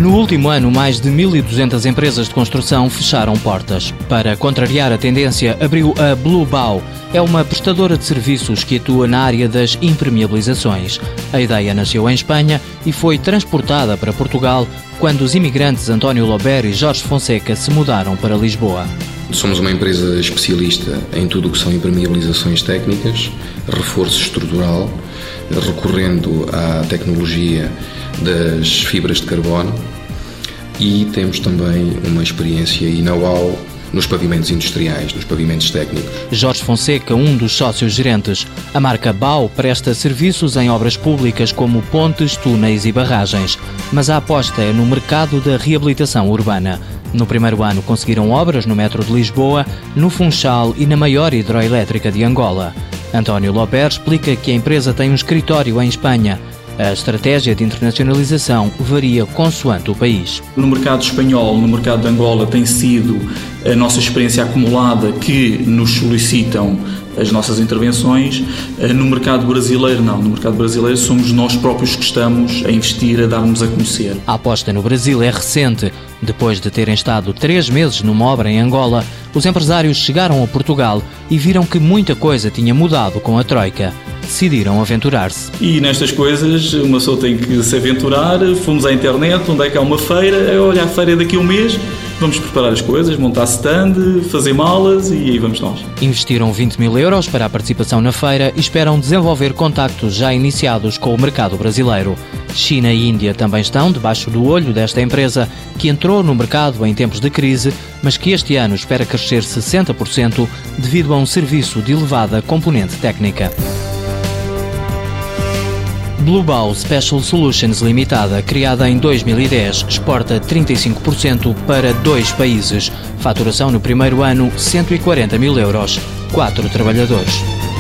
No último ano, mais de 1.200 empresas de construção fecharam portas. Para contrariar a tendência, abriu a Bluebau. É uma prestadora de serviços que atua na área das impermeabilizações. A ideia nasceu em Espanha e foi transportada para Portugal quando os imigrantes António Lober e Jorge Fonseca se mudaram para Lisboa. Somos uma empresa especialista em tudo o que são impermeabilizações técnicas, reforço estrutural, recorrendo à tecnologia das fibras de carbono, e temos também uma experiência e know-how nos pavimentos industriais, nos pavimentos técnicos. Jorge Fonseca, um dos sócios gerentes. A marca BAU presta serviços em obras públicas como pontes, túneis e barragens, mas a aposta é no mercado da reabilitação urbana. No primeiro ano conseguiram obras no metro de Lisboa, no Funchal e na maior hidroelétrica de Angola. António Lober explica que a empresa tem um escritório em Espanha. A estratégia de internacionalização varia consoante o país. No mercado espanhol, no mercado de Angola, tem sido a nossa experiência acumulada que nos solicitam as nossas intervenções. No mercado brasileiro, não. No mercado brasileiro somos nós próprios que estamos a investir, a dar-nos a conhecer. A aposta no Brasil é recente. Depois de terem estado 3 meses numa obra em Angola, os empresários chegaram a Portugal e viram que muita coisa tinha mudado com a Troika. Decidiram aventurar-se. E nestas coisas uma pessoa tem que se aventurar. Fomos à internet, onde é que há uma feira, olha, a feira é daqui a um mês, vamos preparar as coisas, montar stand, fazer malas e aí vamos nós. Investiram 20 mil euros para a participação na feira e esperam desenvolver contactos já iniciados com o mercado brasileiro. China e Índia também estão debaixo do olho desta empresa, que entrou no mercado em tempos de crise, mas que este ano espera crescer 60% devido a um serviço de elevada componente técnica. Bluebau Special Solutions Limitada, criada em 2010, exporta 35% para 2 países. Faturação no primeiro ano, 140 mil euros. 4 trabalhadores.